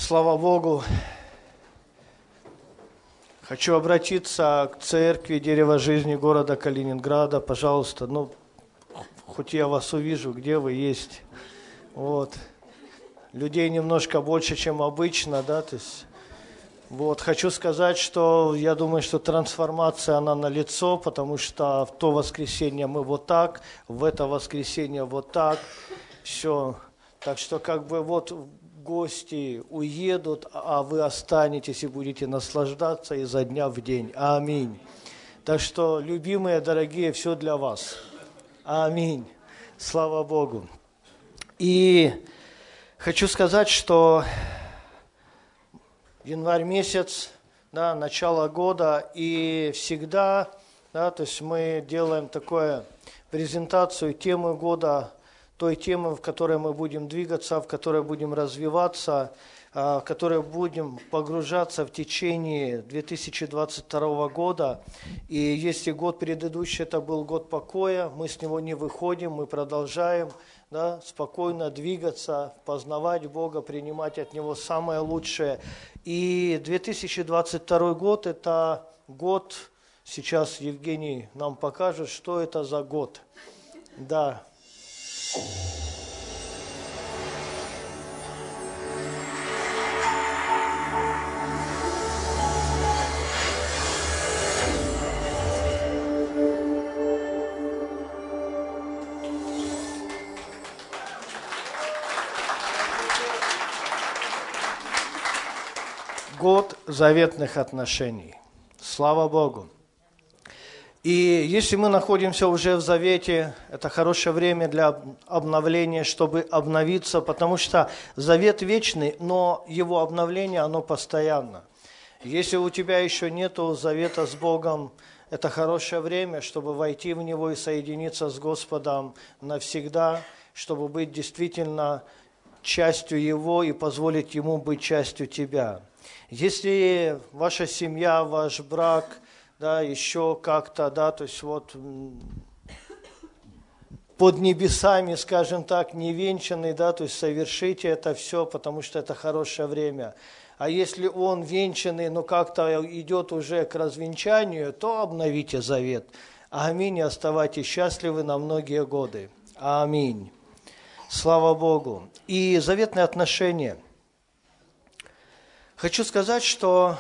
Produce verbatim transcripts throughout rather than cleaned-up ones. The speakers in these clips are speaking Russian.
Слава Богу. Хочу обратиться к церкви Дерево жизни города Калининграда. Пожалуйста, ну, хоть я вас увижу, где вы есть. Вот. Людей немножко больше, чем обычно, да, то есть... Вот, хочу сказать, что я думаю, что трансформация, она налицо, потому что в то воскресенье мы вот так, в это воскресенье вот так, все. Так что как бы вот гости уедут, а вы останетесь и будете наслаждаться изо дня в день. Аминь. Так что, любимые, дорогие, все для вас. Аминь. Слава Богу. И хочу сказать, что... Январь месяц, да, начало года, и всегда, да, то есть мы делаем такую презентацию темы года, той темы, в которой мы будем двигаться, в которой будем развиваться, в которой будем погружаться в течение две тысячи двадцать второго года. И если год предыдущий это был год покоя, мы с него не выходим, мы продолжаем, да, спокойно двигаться, познавать Бога, принимать от Него самое лучшее. И две тысячи двадцать второй год – это год, сейчас Евгений нам покажет, что это за год. Да. Год заветных отношений. Слава Богу. И если мы находимся уже в завете, это хорошее время для обновления, чтобы обновиться, потому что завет вечный, но его обновление, оно постоянно. Если у тебя еще нету завета с Богом, это хорошее время, чтобы войти в него и соединиться с Господом навсегда, чтобы быть действительно частью Его и позволить Ему быть частью тебя. Если ваша семья, ваш брак, да, еще как-то, да, то есть вот под небесами, скажем так, не венчанный, да, то есть совершите это все, потому что это хорошее время. А если он венчанный, но как-то идет уже к развенчанию, то обновите завет. Аминь, и оставайтесь счастливы на многие годы. Аминь. Слава Богу. И заветные отношения. Хочу сказать, что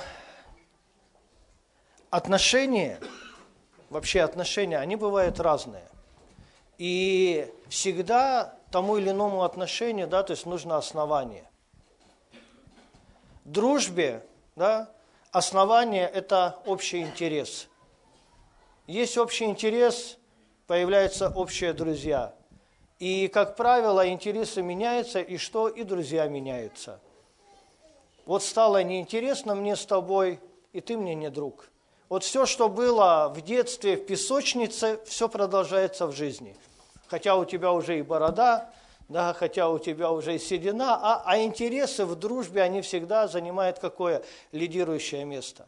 отношения, вообще отношения, они бывают разные. И всегда тому или иному отношению, да, то есть нужно основание. В дружбе, да, основание – это общий интерес. Есть общий интерес, появляются общие друзья. И, как правило, интересы меняются, и что? И друзья меняются. Вот стало неинтересно мне с тобой, и ты мне не друг. Вот все, что было в детстве, в песочнице, все продолжается в жизни. Хотя у тебя уже и борода, да, хотя у тебя уже и седина, а, а интересы в дружбе, они всегда занимают какое? Лидирующее место.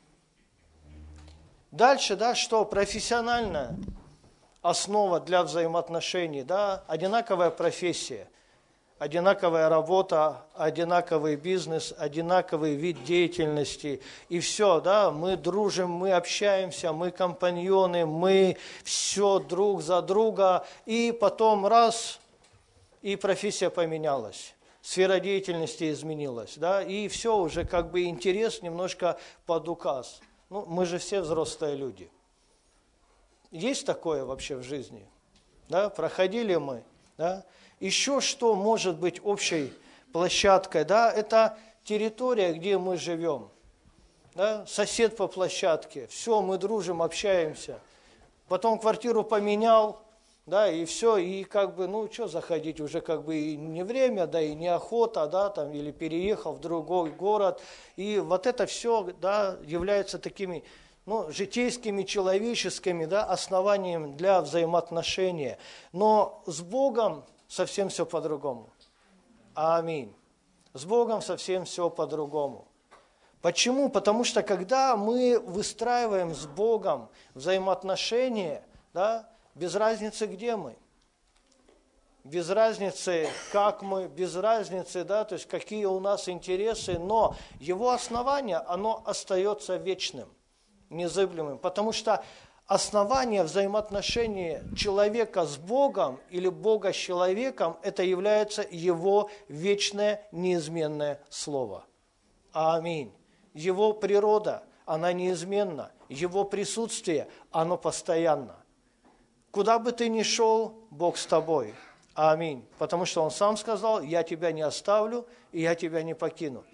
Дальше, да, что? Профессиональная основа для взаимоотношений, да, одинаковая профессия. Одинаковая работа, одинаковый бизнес, одинаковый вид деятельности. И все, да, мы дружим, мы общаемся, мы компаньоны, мы все друг за друга. И потом раз, и профессия поменялась, сфера деятельности изменилась, да, и все, уже как бы интерес немножко под указ. Ну, мы же все взрослые люди. Есть такое вообще в жизни? Да, проходили мы, да? Еще что может быть общей площадкой, да, это территория, где мы живем, да, сосед по площадке, все, мы дружим, общаемся, потом квартиру поменял, да, и все, и как бы, ну, что заходить, уже как бы и не время, да, и не охота, да, там, или переехал в другой город, и вот это все, да, является такими, ну, житейскими, человеческими, да, основаниями для взаимоотношения, но с Богом совсем все по-другому. Аминь. С Богом совсем все по-другому. Почему? Потому что когда мы выстраиваем с Богом взаимоотношения, да, без разницы, где мы. без разницы, как мы, без разницы, да, то есть какие у нас интересы, но его основание, оно остается вечным, незыблемым, потому что основание взаимоотношений человека с Богом или Бога с человеком, это является его вечное неизменное слово. Аминь. Его природа, она неизменна, его присутствие, оно постоянно. Куда бы ты ни шел, Бог с тобой. Аминь. Потому что Он сам сказал, я тебя не оставлю, и я тебя не покину.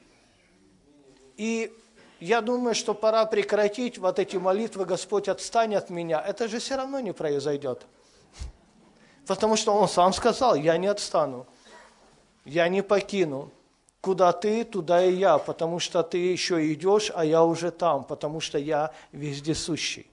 И я думаю, что пора прекратить вот эти молитвы, Господь, отстань от меня. Это же все равно не произойдет. Потому что Он сам сказал, я не отстану, я не покину. Куда ты, туда и я, потому что ты еще идешь, а я уже там, потому что я вездесущий.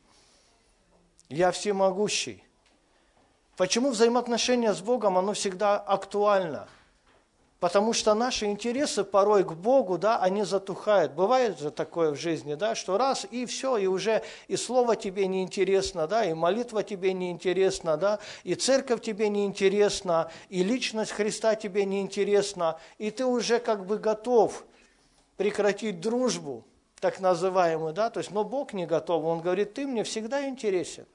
Я всемогущий. Почему взаимоотношения с Богом, оно всегда актуально? Потому что наши интересы порой к Богу, да, они затухают. Бывает же такое в жизни, да, что раз и все, и уже и слово тебе не интересно, да, и молитва тебе не интересна, да, и церковь тебе не интересна, и личность Христа тебе не интересна, и ты уже как бы готов прекратить дружбу, так называемую, да, то есть, но Бог не готов, Он говорит, ты мне всегда интересен.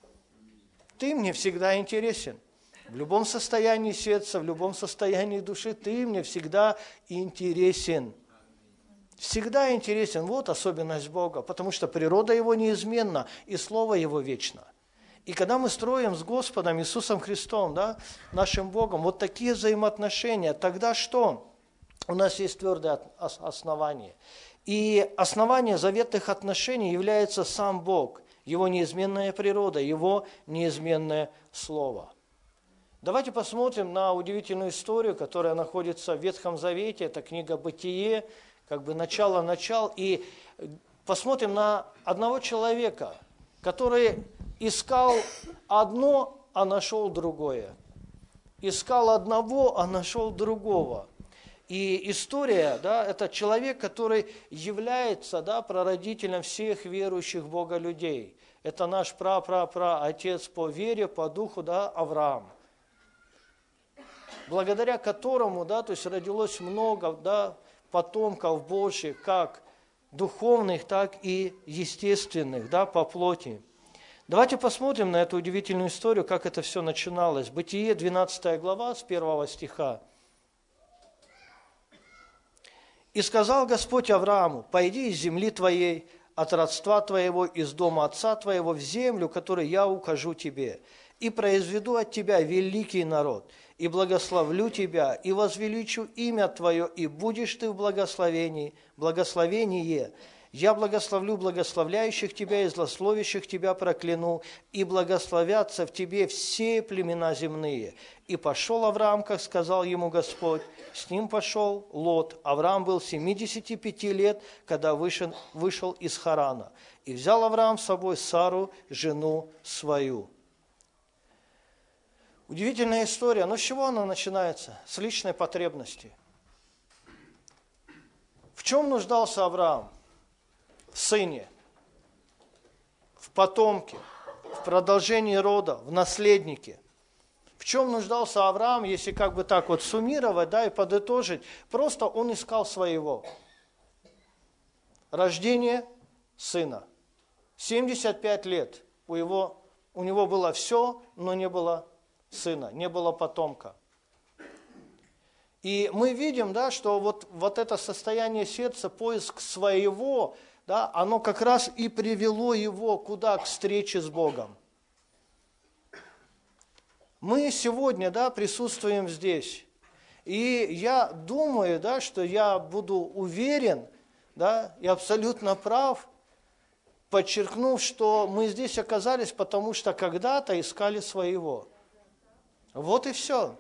Ты мне всегда интересен. В любом состоянии сердца, в любом состоянии души ты мне всегда интересен. Всегда интересен. Вот особенность Бога, потому что природа Его неизменна, и Слово Его вечно. И когда мы строим с Господом Иисусом Христом, да, нашим Богом, вот такие взаимоотношения, тогда что? У нас есть твердое основание. И основание заветных отношений является сам Бог, Его неизменная природа, Его неизменное Слово. Давайте посмотрим на удивительную историю, которая находится в Ветхом Завете. Это книга «Бытие», как бы начало-начал. И посмотрим на одного человека, который искал одно, а нашел другое. Искал одного, а нашел другого. И история, да, это человек, который является, да, прародителем всех верующих в Бога людей. Это наш пра-пра-пра-отец по вере, по духу, да, Авраам. Благодаря которому, да, то есть родилось много, да, потомков Божьих, как духовных, так и естественных, да, по плоти. Давайте посмотрим на эту удивительную историю, как это все начиналось. Бытие, двенадцатая глава, с первого стиха. «И сказал Господь Аврааму, пойди из земли твоей, от родства твоего, из дома отца твоего, в землю, которую я укажу тебе, и произведу от тебя великий народ, и благословлю тебя, и возвеличу имя твое, и будешь ты в благословении, благословение. Я благословлю благословляющих тебя, и злословящих тебя прокляну, и благословятся в тебе все племена земные. И пошел Авраам, как сказал ему Господь, с ним пошел Лот. Авраам был семидесяти пяти лет, когда вышел, вышел из Харана. И взял Авраам с собой Сару, жену свою». Удивительная история, но с чего она начинается? С личной потребности. В чем нуждался Авраам? В сыне, в потомке, в продолжении рода, в наследнике. В чем нуждался Авраам, если как бы так вот суммировать, да, и подытожить? Просто он искал своего. Рождение сына. семьдесят пять лет у, его, у него было все, но не было сына, не было потомка. И мы видим, да, что вот, вот это состояние сердца, поиск своего, да, оно как раз и привело его куда? К встрече с Богом. Мы сегодня, да, присутствуем здесь. И я думаю, да, что я буду уверен, да, и абсолютно прав, подчеркнув, что мы здесь оказались, потому что когда-то искали своего. Вот и все.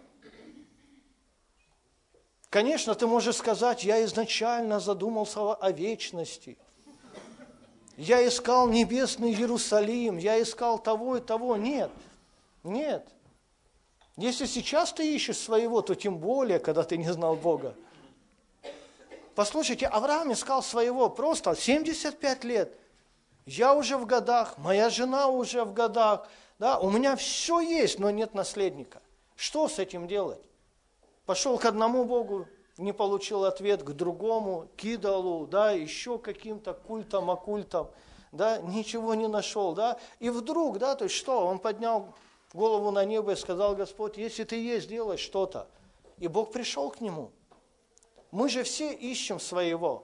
Конечно, ты можешь сказать, я изначально задумался о вечности. Я искал небесный Иерусалим, я искал того и того. Нет, нет. Если сейчас ты ищешь своего, то тем более, когда ты не знал Бога. Послушайте, Авраам искал своего просто семьдесят пять лет. Я уже в годах, моя жена уже в годах. Да, у меня все есть, но нет наследника. Что с этим делать? Пошел к одному Богу, не получил ответ, к другому, к идолу, да, еще каким-то культам, оккультам, да, ничего не нашел, да. И вдруг, да, то есть что? Он поднял голову на небо и сказал: Господь, если ты есть, делай что-то. И Бог пришел к нему. Мы же все ищем своего.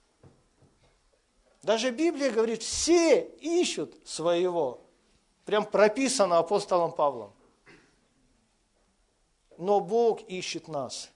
Даже Библия говорит, все ищут своего. Прям прописано апостолом Павлом. Но Бог ищет нас.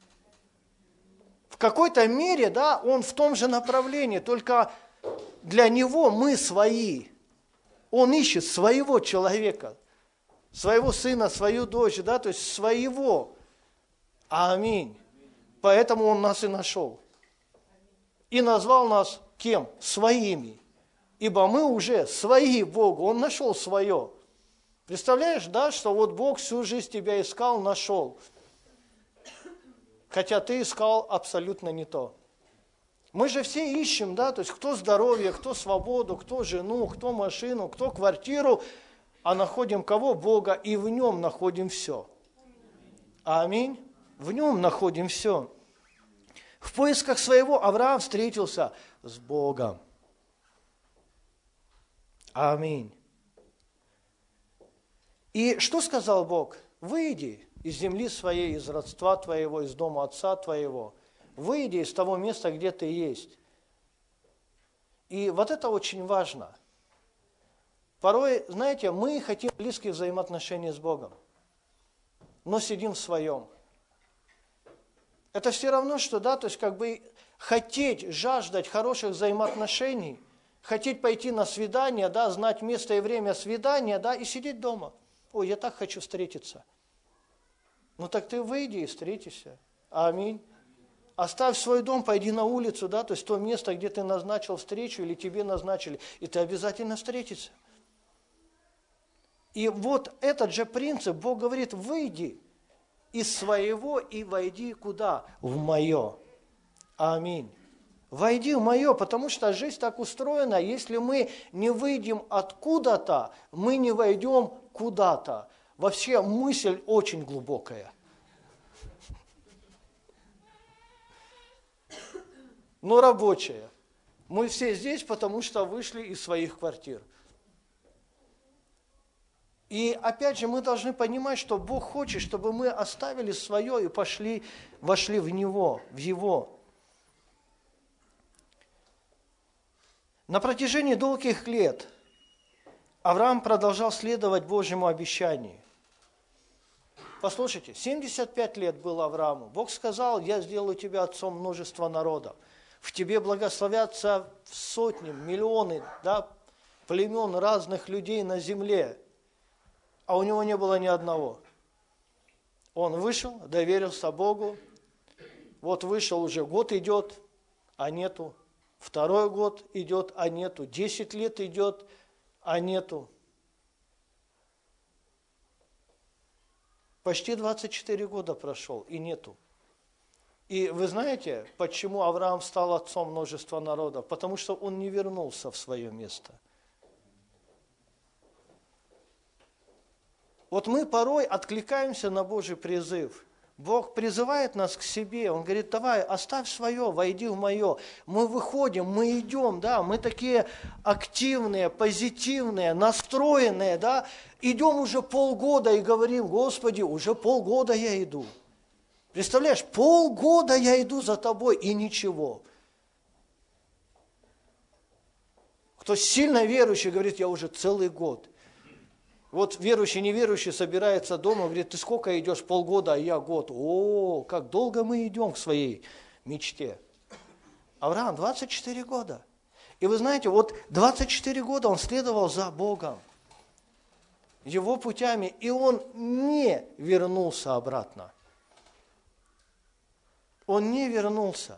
В какой-то мере, да, Он в том же направлении, только для Него мы свои. Он ищет своего человека, своего сына, свою дочь, да, то есть своего. Аминь. Поэтому Он нас и нашел. И назвал нас кем? Своими. Ибо мы уже свои Богу. Он нашел свое. Представляешь, да, что вот Бог всю жизнь тебя искал, нашел. Хотя ты искал абсолютно не то. Мы же все ищем, да, то есть кто здоровье, кто свободу, кто жену, кто машину, кто квартиру, а находим кого? Бога, и в Нем находим все. Аминь. В Нем находим все. В поисках своего Авраам встретился с Богом. Аминь. И что сказал Бог? Выйди из земли своей, из родства твоего, из дома отца твоего. Выйди из того места, где ты есть. И вот это очень важно. Порой, знаете, мы хотим близких взаимоотношений с Богом, но сидим в своем. Это все равно, что, да, то есть как бы хотеть, жаждать хороших взаимоотношений, хотеть пойти на свидание, да, знать место и время свидания, да, и сидеть дома. Ой, я так хочу встретиться. Ну так ты выйди и встретишься. Аминь. Оставь свой дом, пойди на улицу, да, то есть то место, где ты назначил встречу или тебе назначили, и ты обязательно встретишься. И вот этот же принцип, Бог говорит, выйди из своего и войди куда? В мое. Аминь. Войди в мое, потому что жизнь так устроена, если мы не выйдем откуда-то, мы не войдем куда-то. Вообще мысль очень глубокая. Но рабочая. Мы все здесь, потому что вышли из своих квартир. И опять же мы должны понимать, что Бог хочет, чтобы мы оставили свое и пошли, вошли в Него, в Его. На протяжении долгих лет Авраам продолжал следовать Божьему обещанию. Послушайте, семьдесят пять лет было Аврааму. Бог сказал, я сделаю тебя отцом множества народов. В тебе благословятся сотни, миллионы, да, племен разных людей на земле. А у него не было ни одного. Он вышел, доверился Богу. Вот вышел уже, год идет, а нету. Второй год идет, а нету. Десять лет идет, а нету. Почти двадцать четыре года прошел, и нету. И вы знаете, почему Авраам стал отцом множества народов? Потому что он не вернулся в свое место. Вот мы порой откликаемся на Божий призыв. Бог призывает нас к себе, Он говорит, давай, оставь свое, войди в мое. Мы выходим, мы идем, да, мы такие активные, позитивные, настроенные, да, идем уже полгода и говорим, Господи, уже полгода я иду. Представляешь, полгода я иду за тобой и ничего. Кто сильно верующий, говорит, я уже целый год. Вот верующий, неверующий собирается дома, говорит, ты сколько идешь? Полгода, а я год. О, как долго мы идем к своей мечте. Авраам двадцать четыре года. И вы знаете, вот двадцать четыре года он следовал за Богом, Его путями, и он не вернулся обратно. Он не вернулся.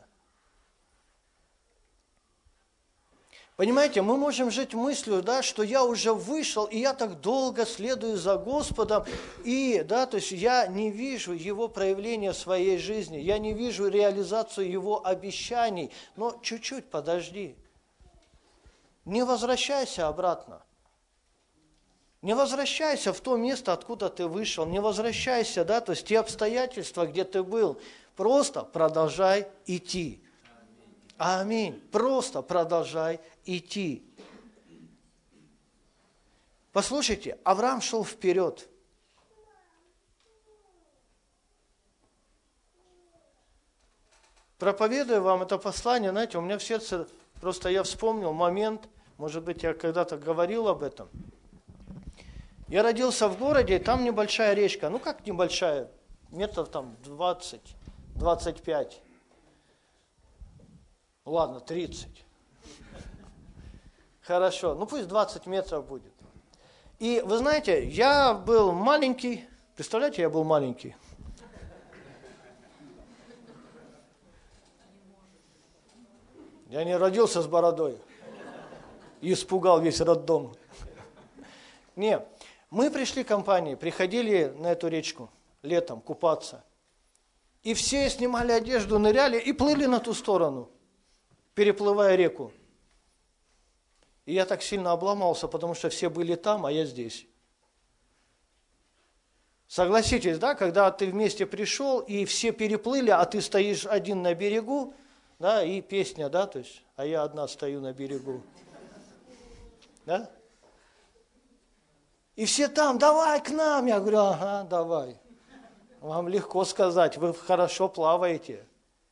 Понимаете, мы можем жить мыслью, да, что я уже вышел, и я так долго следую за Господом, и, да, то есть я не вижу Его проявления в своей жизни, я не вижу реализацию Его обещаний, но чуть-чуть подожди. Не возвращайся обратно. Не возвращайся в то место, откуда ты вышел, не возвращайся, да, то есть те обстоятельства, где ты был, просто продолжай идти. Аминь. Просто продолжай идти. Послушайте, Авраам шел вперед. Проповедуя вам это послание, знаете, у меня в сердце, просто я вспомнил момент, может быть, я когда-то говорил об этом. Я родился в городе, и там небольшая речка, ну как небольшая, метров там двадцать, двадцать пять, ладно, тридцать. Хорошо, ну пусть двадцать метров будет. И вы знаете, я был маленький, представляете, я был маленький. Я не родился с бородой и испугал весь роддом. Нет, мы пришли к компании, приходили на эту речку летом купаться. И все снимали одежду, ныряли и плыли на ту сторону, переплывая реку. И я так сильно обломался, потому что все были там, а я здесь. Согласитесь, да, когда ты вместе пришел, и все переплыли, а ты стоишь один на берегу, да, и песня, да, то есть, а я одна стою на берегу. Да? И все там, давай к нам. Я говорю, ага, давай. Вам легко сказать, вы хорошо плаваете.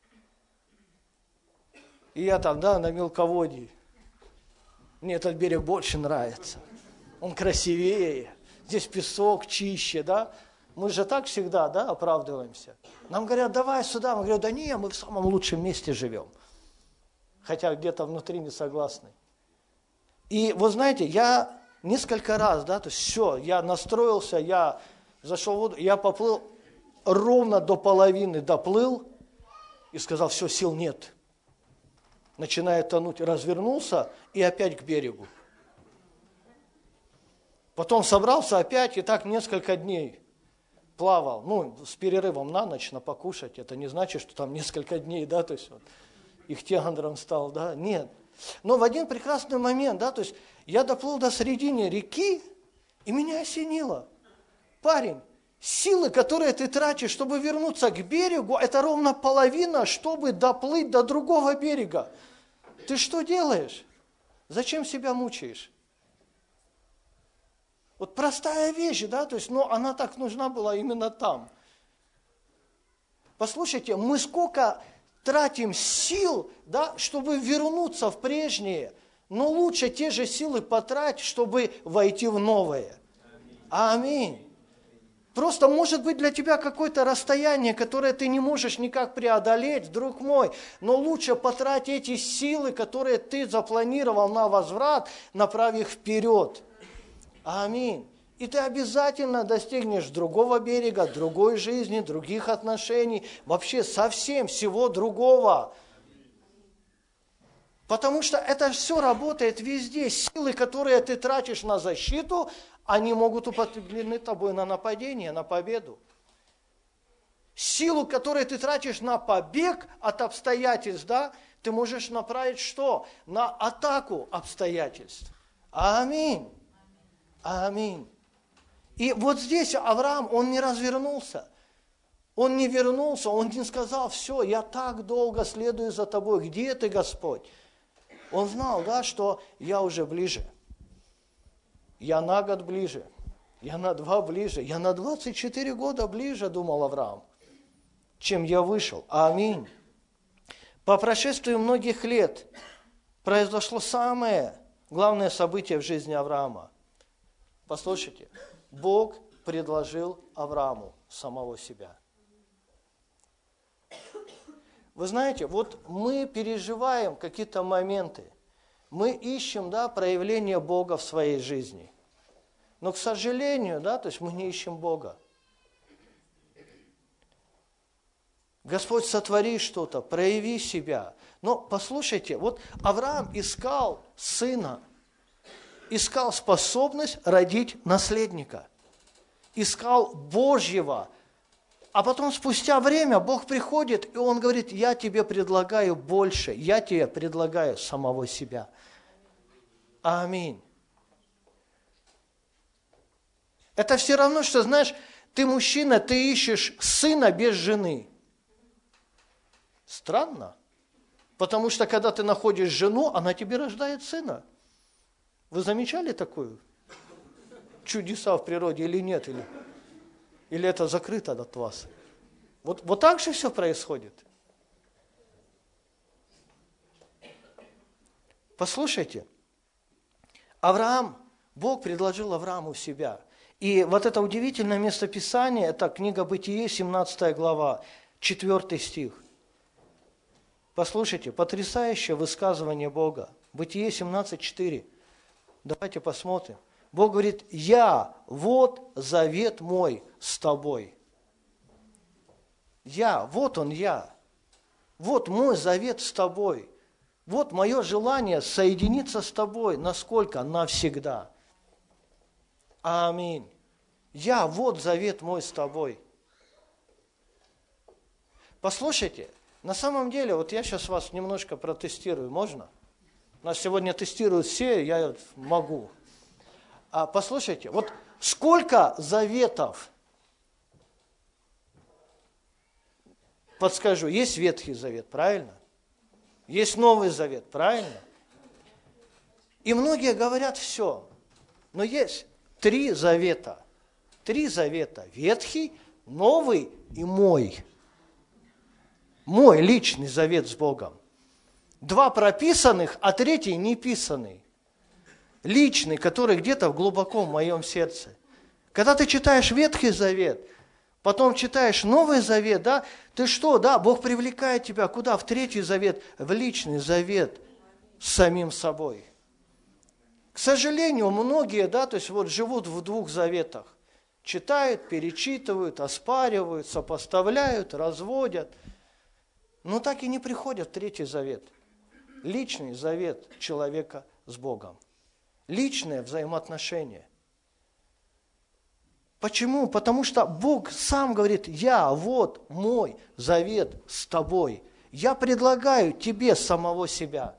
И я там, да, на мелководье. Мне этот берег больше нравится. Он красивее. Здесь песок чище, да. Мы же так всегда, да, оправдываемся. Нам говорят, давай сюда. Мы говорим, да не, мы в самом лучшем месте живем. Хотя где-то внутри не согласны. И вот знаете, я несколько раз, да, то есть все, я настроился, я зашел в воду, я поплыл, ровно до половины доплыл и сказал, все, сил нет. Начинает тонуть, развернулся и опять к берегу. Потом собрался опять и так несколько дней плавал, ну, с перерывом на ночь, на покушать. Это не значит, что там несколько дней, да, то есть вот, ихтиандром стал, да, нет. Но в один прекрасный момент, да, то есть я доплыл до середины реки, и меня осенило. Парень, силы, которые ты тратишь, чтобы вернуться к берегу, это ровно половина, чтобы доплыть до другого берега. Ты что делаешь? Зачем себя мучаешь? Вот простая вещь, да, то есть, но она так нужна была именно там. Послушайте, мы сколько тратим сил, да, чтобы вернуться в прежнее, но лучше те же силы потратить, чтобы войти в новое. Аминь. Просто может быть для тебя какое-то расстояние, которое ты не можешь никак преодолеть, друг мой, но лучше потратить эти силы, которые ты запланировал на возврат, направь их вперед. Аминь. И ты обязательно достигнешь другого берега, другой жизни, других отношений, вообще совсем всего другого. Потому что это все работает везде. Силы, которые ты тратишь на защиту, они могут употреблены тобой на нападение, на победу. Силу, которую ты тратишь на побег от обстоятельств, да, ты можешь направить что? На атаку обстоятельств. Аминь. Аминь. И вот здесь Авраам, он не развернулся. Он не вернулся, он не сказал, все, я так долго следую за тобой, где ты, Господь? Он знал, да, что я уже ближе. Я на год ближе, я на два ближе, я на двадцать четыре года ближе, думал Авраам, чем я вышел. Аминь. По прошествии многих лет произошло самое главное событие в жизни Авраама. Послушайте, Бог предложил Аврааму самого себя. Вы знаете, вот мы переживаем какие-то моменты, мы ищем, да, проявление Бога в своей жизни. Но, к сожалению, да, то есть мы не ищем Бога. Господь, сотвори что-то, прояви себя. Но послушайте, вот Авраам искал сына, искал способность родить наследника, искал Божьего. А потом спустя время Бог приходит, и Он говорит, я тебе предлагаю больше, я тебе предлагаю самого себя. Аминь. Это все равно, что, знаешь, ты мужчина, ты ищешь сына без жены. Странно. Потому что, когда ты находишь жену, она тебе рождает сына. Вы замечали такую чудеса в природе или нет? Или, или это закрыто от вас? Вот, вот так же все происходит. Послушайте, Авраам, Бог предложил Аврааму себя. И вот это удивительное местописание, это книга Бытие, семнадцатая глава, четвёртый стих. Послушайте, потрясающее высказывание Бога. Бытие семнадцать четыре. Давайте посмотрим. Бог говорит: «Я, вот завет мой с тобой». Я, вот он я. Вот мой завет с тобой. Вот мое желание соединиться с тобой. Насколько? Навсегда. Аминь. Я, вот завет мой с тобой. Послушайте, на самом деле, вот я сейчас вас немножко протестирую, можно? Нас сегодня тестируют все, я могу. А послушайте, вот сколько заветов, подскажу, есть Ветхий Завет, правильно? Есть Новый Завет, правильно? И многие говорят все, но есть три завета. Три завета. Ветхий, Новый и мой. Мой личный завет с Богом. Два прописанных, а третий неписанный. Личный, который где-то глубоко в моем сердце. Когда ты читаешь Ветхий Завет, потом читаешь Новый Завет, да, ты что, да, Бог привлекает тебя куда? В Третий Завет, в личный завет с самим собой. К сожалению, многие, да, то есть вот живут в двух заветах. Читают, перечитывают, оспаривают, сопоставляют, разводят. Но так и не приходят в Третий Завет. Личный завет человека с Богом. Личное взаимоотношение. Почему? Потому что Бог сам говорит: я, вот мой завет с тобой. Я предлагаю тебе самого себя.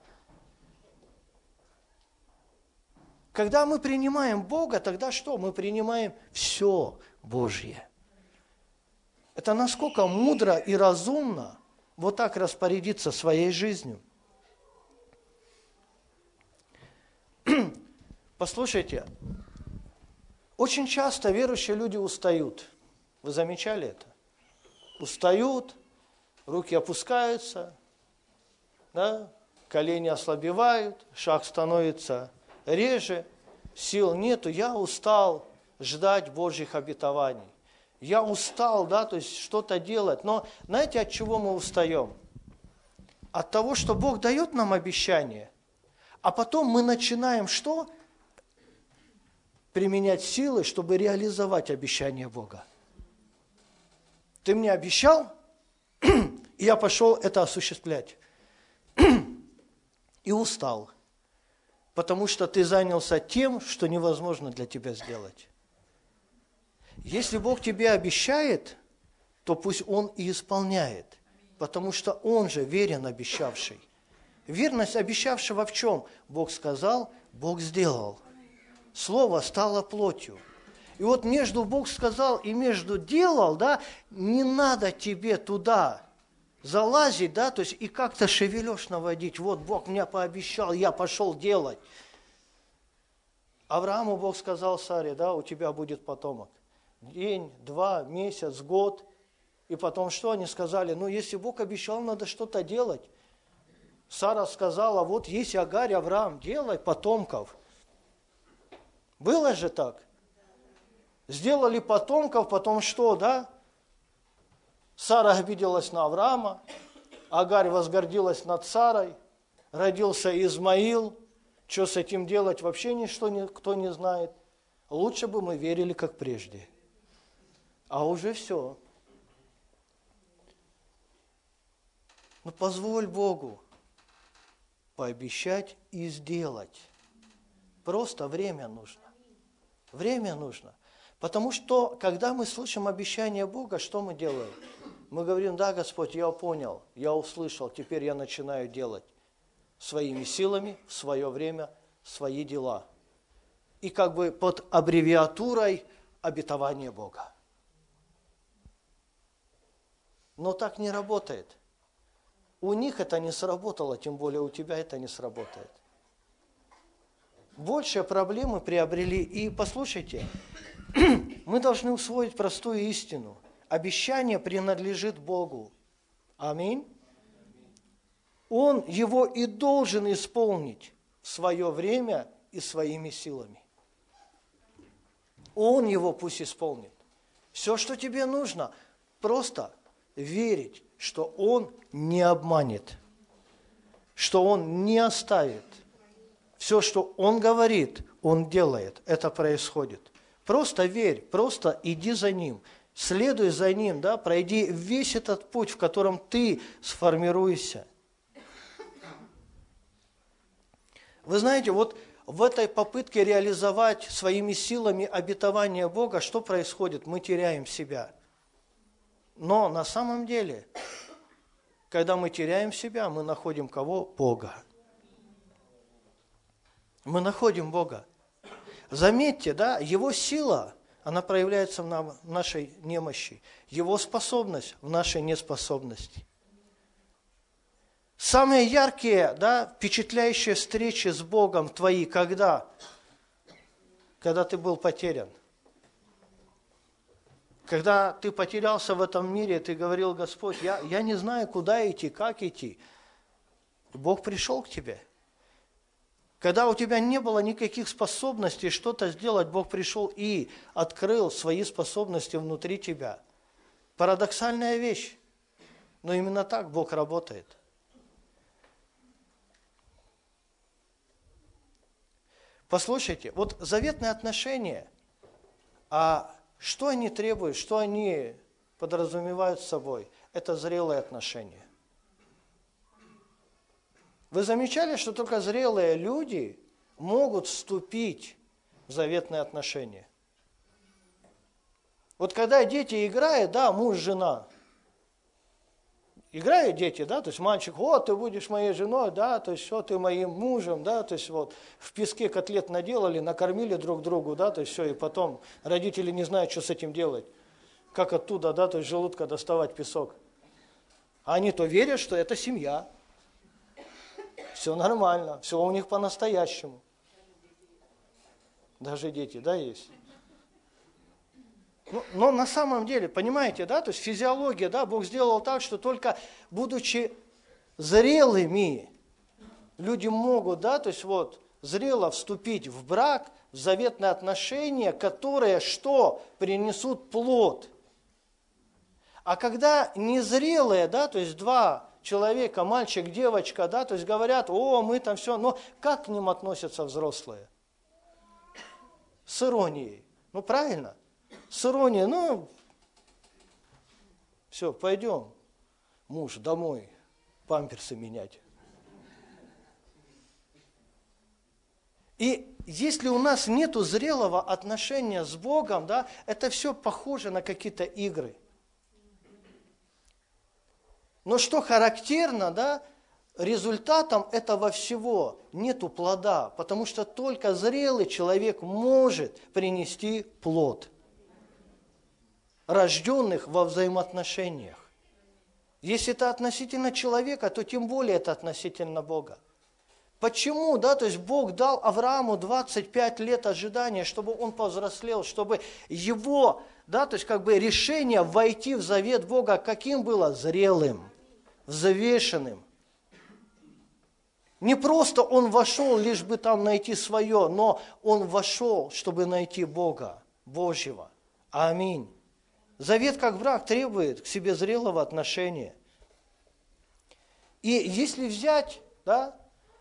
Когда мы принимаем Бога, тогда что? Мы принимаем все Божье. Это насколько мудро и разумно вот так распорядиться своей жизнью. Послушайте, очень часто верующие люди устают. Вы замечали это? Устают, руки опускаются, да? Колени ослабевают, шаг становится реже, сил нету. Я устал ждать Божьих обетований. Я устал, да, то есть что-то делать. Но знаете, от чего мы устаем? От того, что Бог дает нам обещание, а потом мы начинаем что? Применять силы, чтобы реализовать обещание Бога. Ты мне обещал, и я пошел это осуществлять. И устал, потому что ты занялся тем, что невозможно для тебя сделать. Если Бог тебе обещает, то пусть Он и исполняет, потому что Он же верен обещавший. Верность обещавшего в чем? Бог сказал, Бог сделал. Слово стало плотью. И вот между Бог сказал и между делал, да, не надо тебе туда залазить, да, то есть и как-то шевелешь наводить. Вот Бог мне пообещал, я пошел делать. Аврааму Бог сказал Саре, да, у тебя будет потомок. День, два, месяц, год. И потом что они сказали? Ну, если Бог обещал, надо что-то делать. Сара сказала, вот есть Агарь, Авраам, делай потомков. Было же так? Сделали потомков, потом что, да? Сара обиделась на Авраама, Агарь возгордилась над Сарой, родился Измаил. Что с этим делать, вообще ничто никто не знает. Лучше бы мы верили, как прежде. А уже все. Но позволь Богу пообещать и сделать. Просто время нужно. Время нужно. Потому что, когда мы слышим обещание Бога, что мы делаем? Мы говорим, да, Господь, я понял, я услышал, теперь я начинаю делать своими силами, в свое время, свои дела. И как бы под аббревиатурой обетование Бога. Но так не работает. У них это не сработало, тем более у тебя это не сработает. Большие проблемы приобрели. И послушайте, мы должны усвоить простую истину. Обещание принадлежит Богу. Аминь. Он его и должен исполнить в свое время и своими силами. Он его пусть исполнит. Все, что тебе нужно, просто верить, что Он не обманет, что Он не оставит. Все, что Он говорит, Он делает. Это происходит. Просто верь, просто иди за Ним, следуй за Ним, да, пройди весь этот путь, в котором ты сформируешься. Вы знаете, вот в этой попытке реализовать своими силами обетование Бога, что происходит? Мы теряем себя. Но на самом деле, когда мы теряем себя, мы находим кого? Бога. Мы находим Бога. Заметьте, да, Его сила, она проявляется в нашей немощи. Его способность в нашей неспособности. Самые яркие, да, впечатляющие встречи с Богом твои, когда? Когда ты был потерян. Когда ты потерялся в этом мире, ты говорил: Господь, я, я не знаю, куда идти, как идти. Бог пришел к тебе. Когда у тебя не было никаких способностей что-то сделать, Бог пришел и открыл свои способности внутри тебя. Парадоксальная вещь, но именно так Бог работает. Послушайте, вот заветные отношения, а что они требуют, что они подразумевают собой? Это зрелые отношения. Вы замечали, что только зрелые люди могут вступить в заветные отношения? Вот когда дети играют, да, муж, жена. Играют дети, да, то есть мальчик: вот, ты будешь моей женой, да, то есть все, ты моим мужем, да, то есть вот в песке котлет наделали, накормили друг другу, да, то есть все, и потом родители не знают, что с этим делать, как оттуда, да, то есть желудка доставать песок. А они то верят, что это семья, все нормально, все у них по-настоящему. Даже дети, да, есть. Но, но на самом деле, понимаете, да, то есть физиология, да, Бог сделал так, что только будучи зрелыми, люди могут, да, то есть вот зрело вступить в брак, в заветные отношения, которые что? Принесут плод. А когда незрелые, да, то есть два человека, мальчик, девочка, да, то есть говорят: о, мы там все, но как к ним относятся взрослые? С иронией. Ну, правильно? С иронией, ну, все, пойдем, муж, домой, памперсы менять. И если у нас нету зрелого отношения с Богом, да, это все похоже на какие-то игры. Но что характерно, да, результатом этого всего нету плода, потому что только зрелый человек может принести плод, рожденных во взаимоотношениях. Если это относительно человека, то тем более это относительно Бога. Почему, да, то есть Бог дал Аврааму двадцать пять лет ожидания, чтобы он повзрослел, чтобы его, да, то есть как бы решение войти в завет Бога каким было? Зрелым, взвешенным. Не просто он вошел, лишь бы там найти свое, но он вошел, чтобы найти Бога, Божьего. Аминь. Завет как брак требует к себе зрелого отношения. И если взять, да,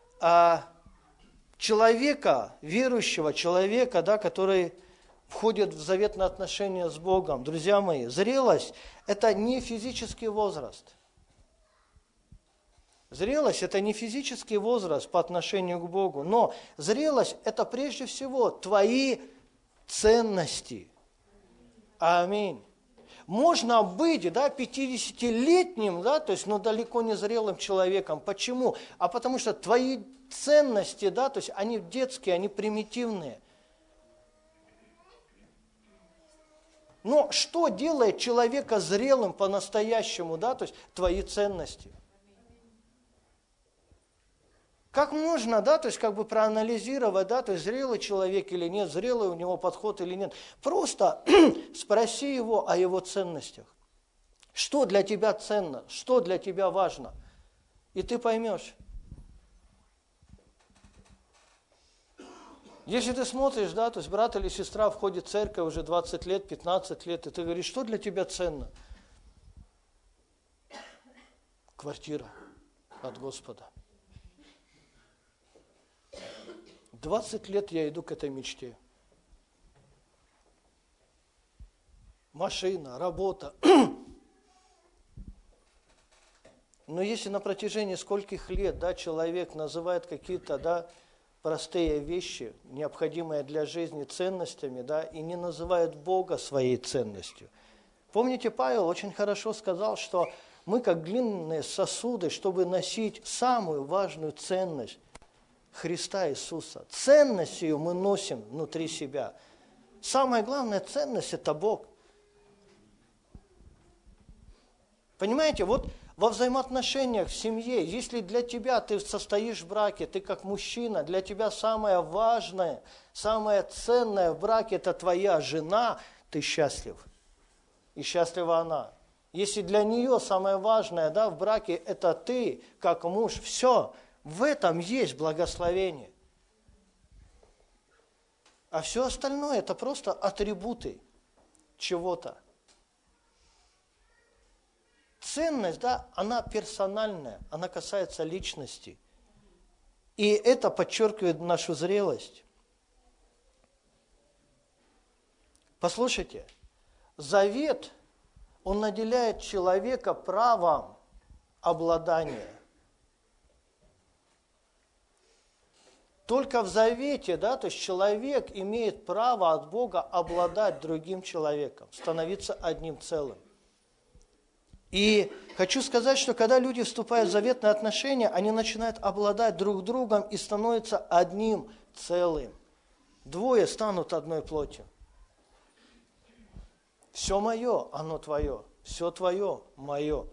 человека, верующего человека, да, который входит в заветные отношения с Богом, друзья мои, зрелость – это не физический возраст. Зрелость – это не физический возраст по отношению к Богу, но зрелость – это прежде всего твои ценности. Аминь. Можно быть, да, пятидесятилетним, да, то есть, но далеко не зрелым человеком. Почему? А потому что твои ценности, да, то есть они детские, они примитивные. Но что делает человека зрелым по-настоящему, да, то есть твои ценности? Как можно, да, то есть как бы проанализировать, да, то есть зрелый человек или нет, зрелый у него подход или нет. Просто спроси его о его ценностях. Что для тебя ценно, что для тебя важно. И ты поймешь. Если ты смотришь, да, то есть брат или сестра входит в церковь уже двадцать лет, пятнадцать лет, и ты говоришь, что для тебя ценно? Квартира от Господа. двадцать лет я иду к этой мечте. Машина, работа. Но если на протяжении скольких лет, да, человек называет какие-то, да, простые вещи, необходимые для жизни, ценностями, да, и не называет Бога своей ценностью. Помните, Павел очень хорошо сказал, что мы как глиняные сосуды, чтобы носить самую важную ценность Христа Иисуса. Ценность ее мы носим внутри себя. Самая главная ценность – это Бог. Понимаете, вот во взаимоотношениях в семье, если для тебя ты состоишь в браке, ты как мужчина, для тебя самое важное, самое ценное в браке – это твоя жена, ты счастлив. И счастлива она. Если для нее самое важное, да, в браке – это ты, как муж, все, в этом есть благословение. А все остальное – это просто атрибуты чего-то. Ценность, да, она персональная, она касается личности. И это подчеркивает нашу зрелость. Послушайте, завет, он наделяет человека правом обладания. Только в завете, да, то есть человек имеет право от Бога обладать другим человеком, становиться одним целым. И хочу сказать, что когда люди вступают в заветные отношения, они начинают обладать друг другом и становятся одним целым. Двое станут одной плотью. Все мое, оно твое. Все твое, мое.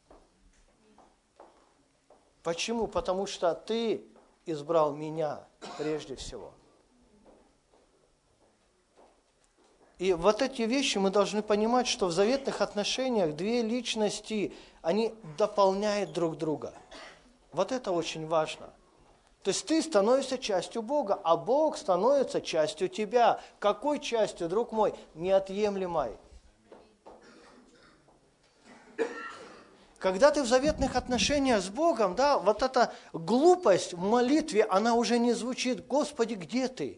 Почему? Потому что ты избрал меня прежде всего. И вот эти вещи мы должны понимать, что в заветных отношениях две личности, они дополняют друг друга. Вот это очень важно. То есть ты становишься частью Бога, а Бог становится частью тебя. Какой частью, друг мой? Неотъемлемой. Когда ты в заветных отношениях с Богом, да, вот эта глупость в молитве, она уже не звучит. Господи, где ты?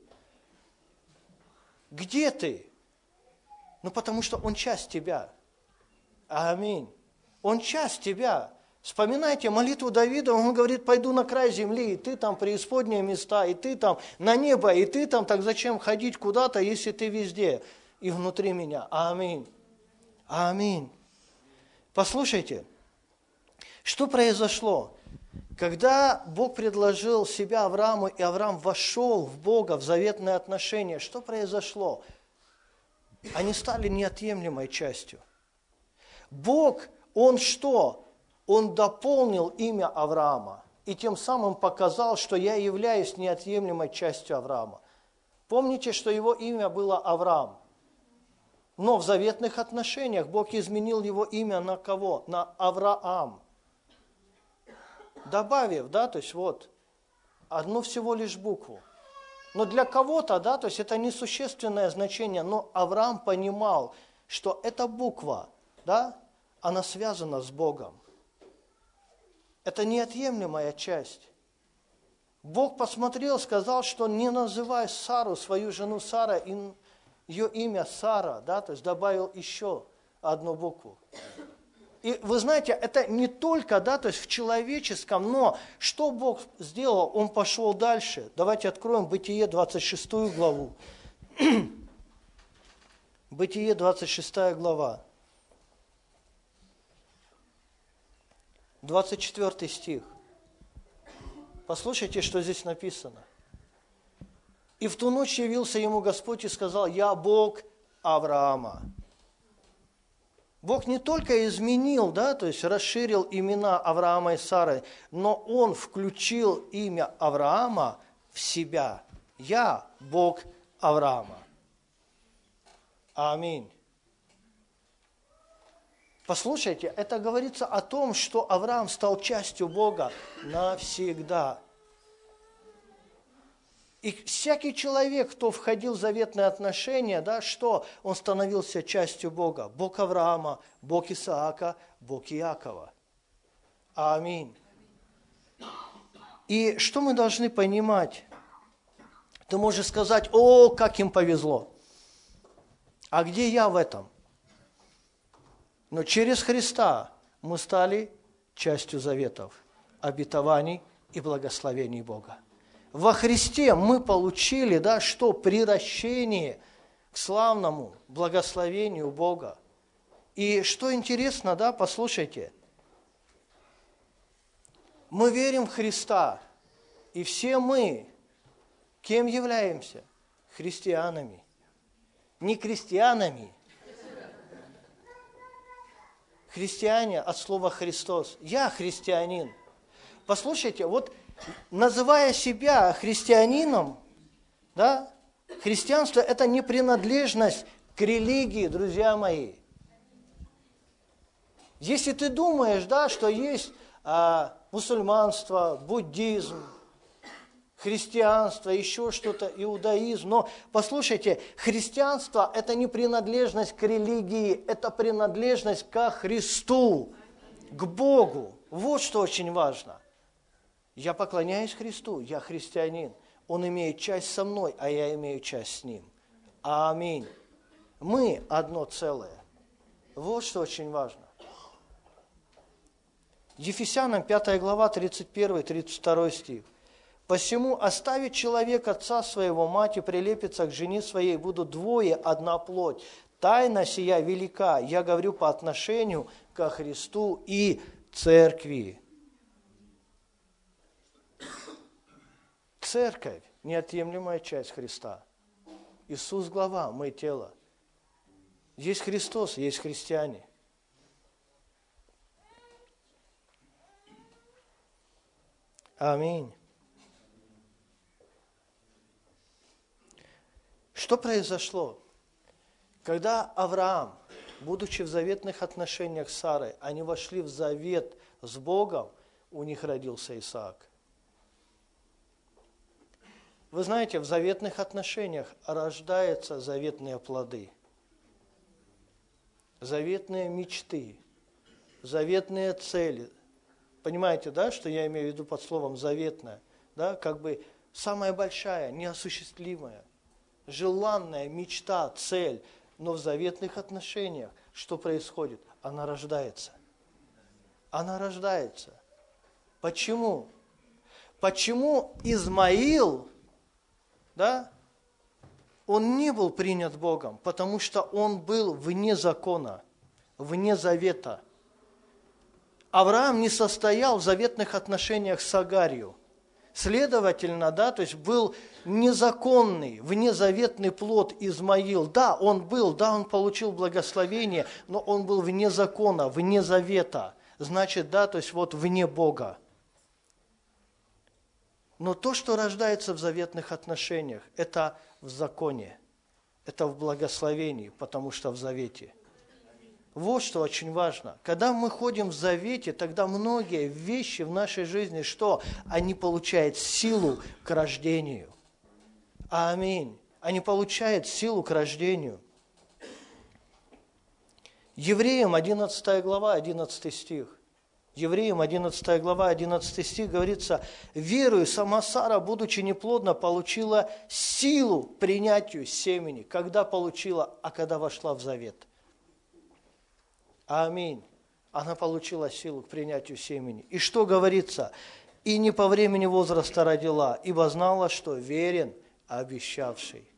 Где ты? Ну, потому что Он часть тебя. Аминь. Он часть тебя. Вспоминайте молитву Давида, он говорит, пойду на край земли, и ты там преисподние места, и ты там на небо, и ты там, так зачем ходить куда-то, если ты везде и внутри меня? Аминь. Аминь. Послушайте, что произошло? Когда Бог предложил себя Аврааму, и Авраам вошел в Бога, в заветные отношения, что произошло? Они стали неотъемлемой частью. Бог, Он что? Он дополнил имя Авраама и тем самым показал, что я являюсь неотъемлемой частью Авраама. Помните, что его имя было Авраам. Но в заветных отношениях Бог изменил его имя на кого? На Авраам. Добавив, да, то есть вот, одну всего лишь букву. Но для кого-то, да, то есть это несущественное значение, но Авраам понимал, что эта буква, да, она связана с Богом. Это неотъемлемая часть. Бог посмотрел, сказал, что не называй Сару, свою жену Сара, и ее имя Сара, да, то есть добавил еще одну букву. И вы знаете, это не только, да, то есть в человеческом, но что Бог сделал? Он пошел дальше. Давайте откроем Бытие двадцать шестую главу. Бытие двадцать шестая глава. двадцать четвёртый стих. Послушайте, что здесь написано. «И в ту ночь явился ему Господь и сказал, я Бог Авраама, Бог не только изменил, да, то есть расширил имена Авраама и Сары, но Он включил имя Авраама в себя. Я Бог Авраама. Аминь. Послушайте, это говорится о том, что Авраам стал частью Бога навсегда. И всякий человек, кто входил в заветные отношения, да, что? Он становился частью Бога. Бог Авраама, Бог Исаака, Бог Иакова. Аминь. И что мы должны понимать? Ты можешь сказать: о, как им повезло. А где я в этом? Но через Христа мы стали частью заветов, обетований и благословений Бога. Во Христе мы получили, да, что? Приращение к славному благословению Бога. И что интересно, да, послушайте, мы верим в Христа, и все мы, кем являемся? Христианами. Не крестьянами. Христиане от слова «Христос». Я христианин. Послушайте, вот называя себя христианином, да, христианство – это не принадлежность к религии, друзья мои. Если ты думаешь, да, что есть а, мусульманство, буддизм, христианство, еще что-то, иудаизм, но послушайте, христианство – это не принадлежность к религии, это принадлежность ко Христу, к Богу. Вот что очень важно. Я поклоняюсь Христу, я христианин. Он имеет часть со мной, а я имею часть с Ним. Аминь. Мы одно целое. Вот что очень важно. Ефесянам пятая глава, тридцать первый тридцать второй стих. «Посему оставит человек отца своего, мать и прилепится к жене своей, будут двое, одна плоть. Тайна сия велика, я говорю по отношению ко Христу и Церкви». Церковь – неотъемлемая часть Христа. Иисус – глава, мы – тело. Есть Христос, есть христиане. Аминь. Что произошло? Когда Авраам, будучи в заветных отношениях с Сарой, они вошли в завет с Богом, у них родился Исаак. Вы знаете, в заветных отношениях рождаются заветные плоды, заветные мечты, заветные цели. Понимаете, да, что я имею в виду под словом «заветная»? Да, как бы самая большая, неосуществимая, желанная мечта, цель. Но в заветных отношениях что происходит? Она рождается. Она рождается. Почему? Почему Измаил, да, он не был принят Богом? Потому что он был вне закона, вне завета. Авраам не состоял в заветных отношениях с Агарью. Следовательно, да, то есть был незаконный, внезаветный плод Измаил. Да, он был, да, он получил благословение, но он был вне закона, вне завета. Значит, да, то есть вот вне Бога. Но то, что рождается в заветных отношениях, это в законе, это в благословении, потому что в завете. Вот что очень важно. Когда мы ходим в завете, тогда многие вещи в нашей жизни, что? Они получают силу к рождению. Аминь. Они получают силу к рождению. Евреям одиннадцатая глава, одиннадцатый стих. Евреям одиннадцатая глава, одиннадцатый стих говорится: «Верую, сама Сара, будучи неплодна, получила силу к принятию семени». Когда получила? А когда вошла в завет. Аминь. Она получила силу к принятию семени. И что говорится? «И не по времени возраста родила, ибо знала, что верен обещавший».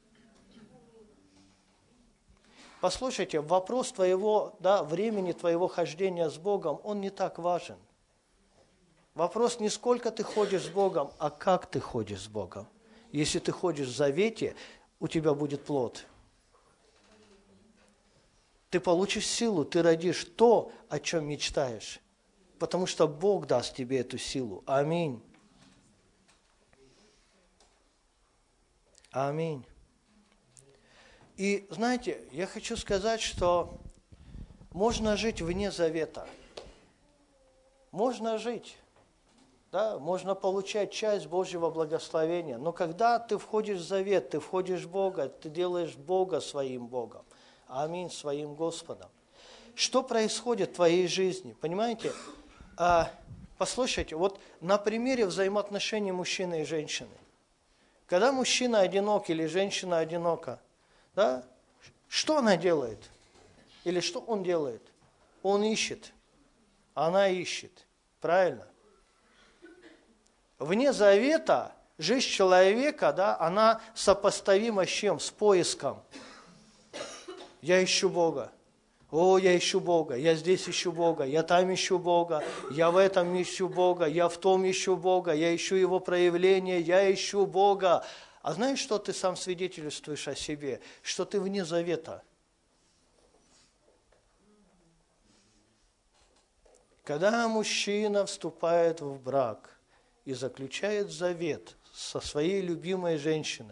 Послушайте, вопрос твоего, да, времени твоего хождения с Богом, он не так важен. Вопрос не сколько ты ходишь с Богом, а как ты ходишь с Богом. Если ты ходишь в завете, у тебя будет плод. Ты получишь силу, ты родишь то, о чем мечтаешь. Потому что Бог даст тебе эту силу. Аминь. Аминь. И знаете, я хочу сказать, что можно жить вне завета. Можно жить. Да, можно получать часть Божьего благословения. Но когда ты входишь в завет, ты входишь в Бога, ты делаешь Бога своим Богом. Аминь, своим Господом. Что происходит в твоей жизни? Понимаете? А, послушайте, вот на примере взаимоотношений мужчины и женщины. Когда мужчина одинок или женщина одинока, да, что она делает? Или что он делает? Он ищет, она ищет. Правильно? Вне завета жизнь человека, да, она сопоставима с чем? С поиском. Я ищу Бога. О, я ищу Бога, я здесь ищу Бога, я там ищу Бога, я в этом ищу Бога, я в том ищу Бога, я ищу Его проявление, я ищу Бога. А знаешь, что ты сам свидетельствуешь о себе? Что ты вне завета. Когда мужчина вступает в брак и заключает завет со своей любимой женщиной,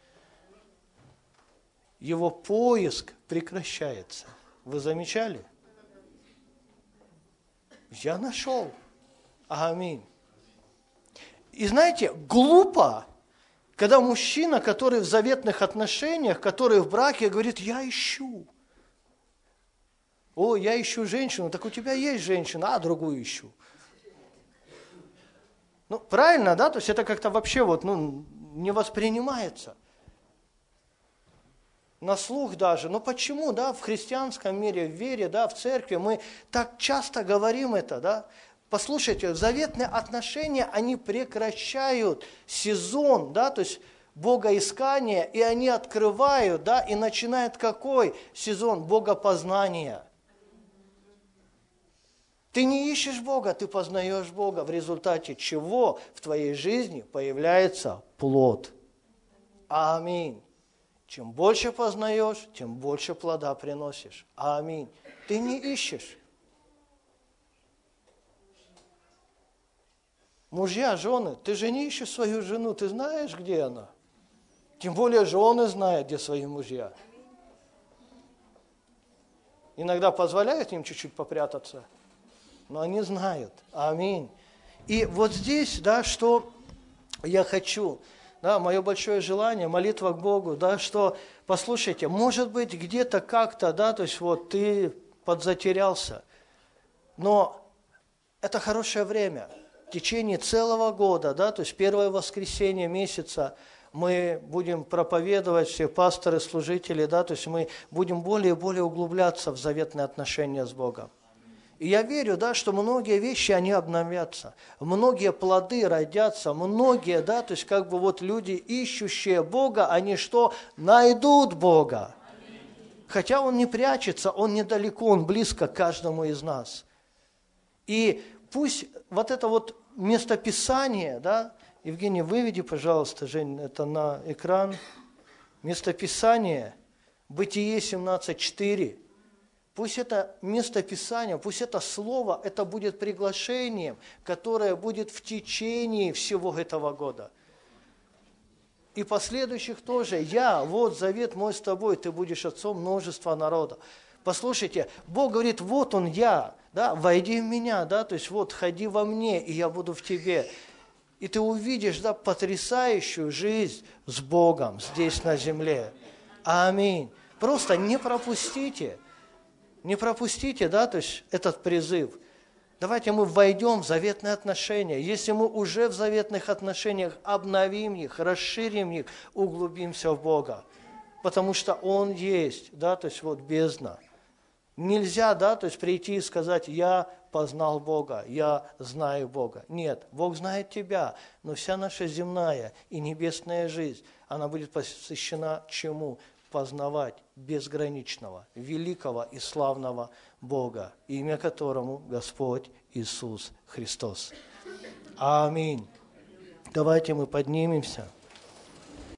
его поиск прекращается. Вы замечали? Я нашел. Аминь. И знаете, глупо, когда мужчина, который в заветных отношениях, который в браке, говорит, я ищу. О, я ищу женщину. Так у тебя есть женщина, а другую ищу. Ну, правильно, да? То есть это как-то вообще вот, ну, не воспринимается. На слух даже. Но почему, да, в христианском мире, в вере, да, в церкви мы так часто говорим это, да? Послушайте, заветные отношения, они прекращают сезон, да, то есть богоискания, и они открывают, да, и начинает какой сезон? Богопознания. Ты не ищешь Бога, ты познаешь Бога, в результате чего в твоей жизни появляется плод. Аминь. Чем больше познаешь, тем больше плода приносишь. Аминь. Ты не ищешь. Мужья, жены, ты же не ищешь свою жену, ты знаешь, где она. Тем более жены знают, где свои мужья. Иногда позволяют им чуть-чуть попрятаться, но они знают. Аминь. И вот здесь, да, что я хочу... Да, мое большое желание, молитва к Богу, да, что, послушайте, может быть, где-то как-то, да, то есть вот ты подзатерялся, но это хорошее время. В течение целого года, да, то есть первое воскресенье месяца мы будем проповедовать, все пасторы, служители, да, то есть мы будем более и более углубляться в заветные отношения с Богом. И я верю, да, что многие вещи, они обновятся, многие плоды родятся, многие, да, то есть как бы вот люди, ищущие Бога, они что? Найдут Бога. Хотя Он не прячется, Он недалеко, Он близко к каждому из нас. И пусть вот это вот местописание, да, Евгений, выведи, пожалуйста, Жень, это на экран, местописание, Бытие семнадцать четыре. Пусть это местописание, пусть это слово, это будет приглашением, которое будет в течение всего этого года. И последующих тоже. Я, вот завет мой с тобой, ты будешь отцом множества народа. Послушайте, Бог говорит, вот он я, да, войди в меня, да, то есть вот ходи во мне, и я буду в тебе. И ты увидишь, да, потрясающую жизнь с Богом здесь на земле. Аминь. Просто не пропустите. Не пропустите, да, то есть этот призыв. Давайте мы войдем в заветные отношения. Если мы уже в заветных отношениях, обновим их, расширим их, углубимся в Бога. Потому что Он есть, да, то есть вот бездна. Нельзя, да, то есть прийти и сказать, я познал Бога, я знаю Бога. Нет, Бог знает тебя, но вся наша земная и небесная жизнь, она будет посвящена чему? Познавать безграничного, великого и славного Бога, имя которому Господь Иисус Христос. Аминь. Давайте мы поднимемся.